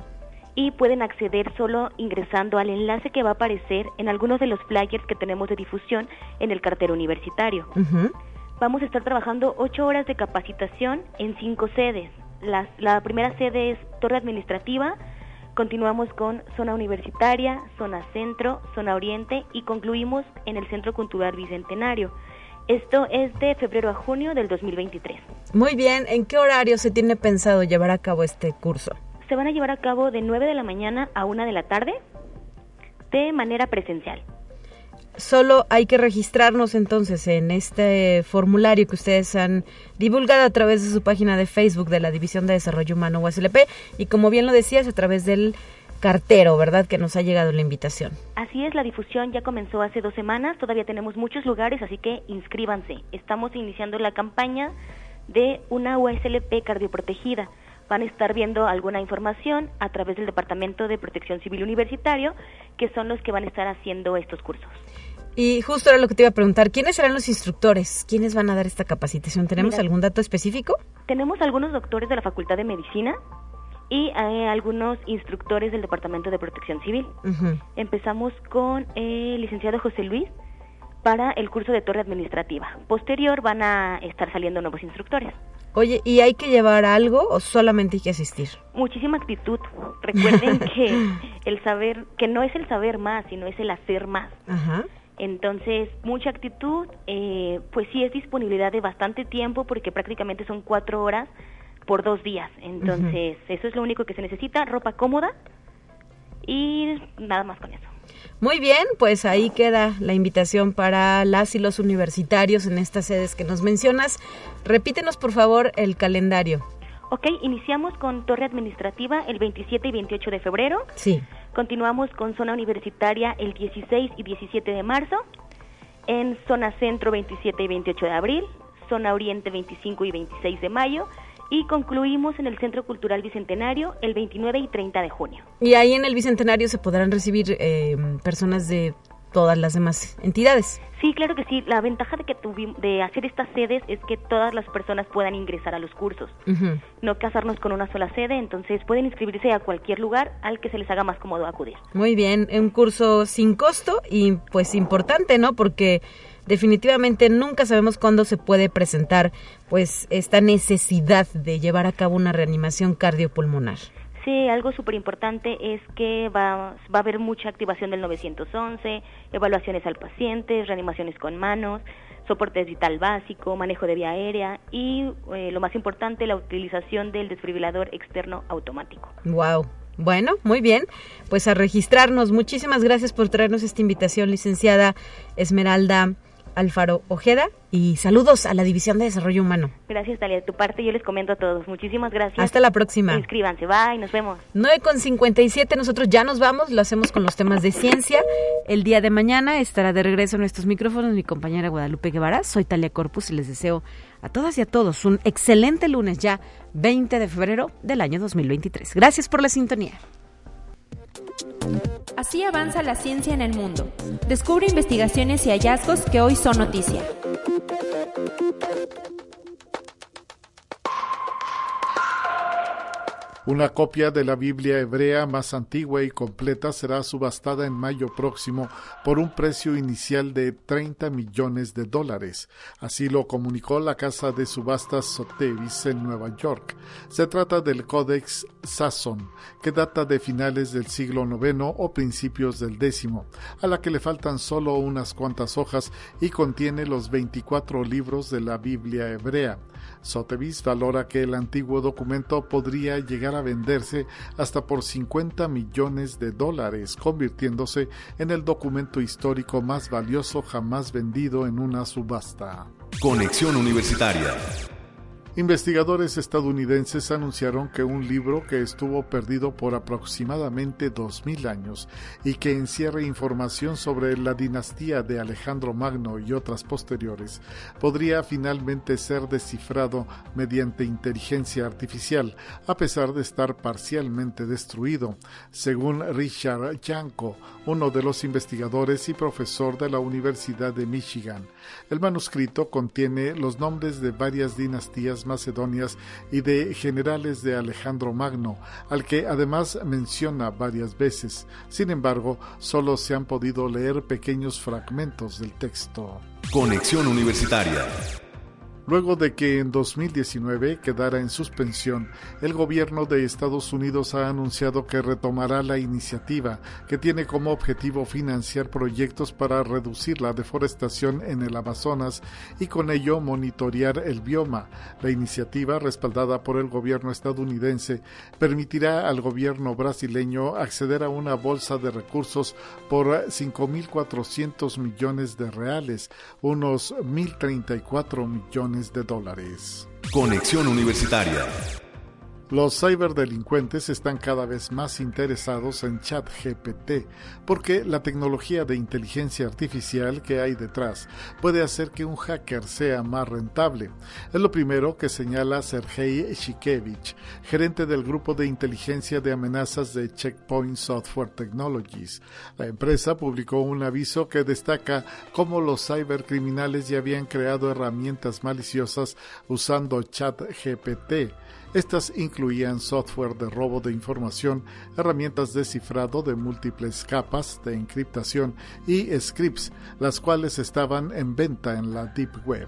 y pueden acceder solo ingresando al enlace que va a aparecer en algunos de los flyers que tenemos de difusión en el cartero universitario. Uh-huh. Vamos a estar trabajando ocho horas de capacitación en cinco sedes. La, la primera sede es Torre Administrativa, continuamos con Zona Universitaria, Zona Centro, Zona Oriente y concluimos en el Centro Cultural Bicentenario. Esto es de febrero a junio del dos mil veintitrés. Muy bien, ¿en qué horario se tiene pensado llevar a cabo este curso? Se van a llevar a cabo de nueve de la mañana a una de la tarde de manera presencial. Solo hay que registrarnos entonces en este formulario que ustedes han divulgado a través de su página de Facebook de la División de Desarrollo Humano U A S L P y como bien lo decías, a través del cartero, ¿verdad? Que nos ha llegado la invitación. Así es, la difusión ya comenzó hace dos semanas, todavía tenemos muchos lugares, así que inscríbanse. Estamos iniciando la campaña de una U A S L P cardioprotegida. Van a estar viendo alguna información a través del Departamento de Protección Civil Universitario, que son los que van a estar haciendo estos cursos. Y justo era lo que te iba a preguntar, ¿quiénes serán los instructores? ¿Quiénes van a dar esta capacitación? ¿Tenemos Mira, algún dato específico? Tenemos algunos doctores de la Facultad de Medicina y eh, algunos instructores del Departamento de Protección Civil. Uh-huh. Empezamos con el licenciado José Luis para el curso de Torre Administrativa. Posterior van a estar saliendo nuevos instructores. Oye, ¿y hay que llevar algo o solamente hay que asistir? Muchísima actitud. Recuerden que el saber, que no es el saber más, sino es el hacer más. Ajá. Entonces, mucha actitud, eh, pues sí es disponibilidad de bastante tiempo porque prácticamente son cuatro horas por dos días. Entonces, uh-huh. eso es lo único que se necesita, ropa cómoda y nada más con eso. Muy bien, pues ahí queda la invitación para las y los universitarios en estas sedes que nos mencionas. Repítenos, por favor, el calendario. Ok, iniciamos con Torre Administrativa el veintisiete y veintiocho de febrero. Sí. Continuamos con Zona Universitaria el dieciséis y diecisiete de marzo. En Zona Centro veintisiete y veintiocho de abril. Zona Oriente veinticinco y veintiséis de mayo. Y concluimos en el Centro Cultural Bicentenario el veintinueve y treinta de junio. Y ahí en el Bicentenario se podrán recibir eh, personas de todas las demás entidades. Sí, claro que sí. La ventaja de que tuvimos de hacer estas sedes es que todas las personas puedan ingresar a los cursos. Uh-huh. No casarnos con una sola sede, entonces pueden inscribirse a cualquier lugar al que se les haga más cómodo acudir. Muy bien, un curso sin costo y pues importante, ¿no? Porque definitivamente nunca sabemos cuándo se puede presentar pues esta necesidad de llevar a cabo una reanimación cardiopulmonar. Sí, algo súper importante es que va, va a haber mucha activación del nueve once, evaluaciones al paciente, reanimaciones con manos, soporte vital básico, manejo de vía aérea y eh, lo más importante, la utilización del desfibrilador externo automático. Wow. Bueno, muy bien, pues a registrarnos. Muchísimas gracias por traernos esta invitación, licenciada Esmeralda Alfaro Ojeda, y saludos a la División de Desarrollo Humano. Gracias, Talia, de tu parte yo les comento a todos. Muchísimas gracias. Hasta la próxima. Inscríbanse, bye, nos vemos. nueve con cincuenta y siete, nosotros ya nos vamos, lo hacemos con los temas de ciencia. El día de mañana estará de regreso en nuestros micrófonos mi compañera Guadalupe Guevara. Soy Talia Corpus y les deseo a todas y a todos un excelente lunes ya, veinte de febrero del año dos mil veintitrés. Gracias por la sintonía. Así avanza la ciencia en el mundo. Descubre investigaciones y hallazgos que hoy son noticia. Una copia de la Biblia hebrea más antigua y completa será subastada en mayo próximo por un precio inicial de treinta millones de dólares. Así lo comunicó la casa de subastas Sotheby's en Nueva York. Se trata del Codex Sasson, que data de finales del siglo noveno o principios del décimo, a la que le faltan solo unas cuantas hojas y contiene los veinticuatro libros de la Biblia hebrea. Sotheby's valora que el antiguo documento podría llegar a venderse hasta por cincuenta millones de dólares, convirtiéndose en el documento histórico más valioso jamás vendido en una subasta. Conexión Universitaria. Investigadores estadounidenses anunciaron que un libro que estuvo perdido por aproximadamente dos mil años y que encierra información sobre la dinastía de Alejandro Magno y otras posteriores podría finalmente ser descifrado mediante inteligencia artificial, a pesar de estar parcialmente destruido, según Richard Janko, uno de los investigadores y profesor de la Universidad de Michigan. El manuscrito contiene los nombres de varias dinastías macedonias y de generales de Alejandro Magno, al que además menciona varias veces. Sin embargo, solo se han podido leer pequeños fragmentos del texto. Conexión Universitaria. Luego de que en dos mil diecinueve quedara en suspensión, el gobierno de Estados Unidos ha anunciado que retomará la iniciativa, que tiene como objetivo financiar proyectos para reducir la deforestación en el Amazonas y con ello monitorear el bioma. La iniciativa, respaldada por el gobierno estadounidense, permitirá al gobierno brasileño acceder a una bolsa de recursos por cinco mil cuatrocientos millones de reales, unos mil treinta y cuatro millones de dólares. Conexión Universitaria. Los ciberdelincuentes están cada vez más interesados en ChatGPT porque la tecnología de inteligencia artificial que hay detrás puede hacer que un hacker sea más rentable. Es lo primero que señala Sergei Shikevich, gerente del grupo de inteligencia de amenazas de Checkpoint Software Technologies. La empresa publicó un aviso que destaca cómo los cibercriminales ya habían creado herramientas maliciosas usando ChatGPT. Estas incluían software de robo de información, herramientas de cifrado de múltiples capas de encriptación y scripts, las cuales estaban en venta en la Deep Web.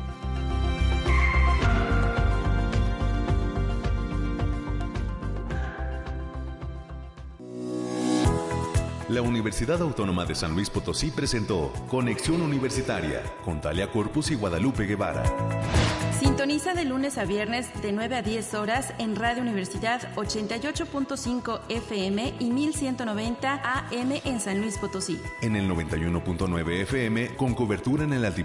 La Universidad Autónoma de San Luis Potosí presentó Conexión Universitaria con Talia Corpus y Guadalupe Guevara. Sintoniza de lunes a viernes de nueve a diez horas en Radio Universidad ochenta y ocho punto cinco F M y mil ciento noventa A M en San Luis Potosí. En el noventa y uno punto nueve F M con cobertura en el altiplano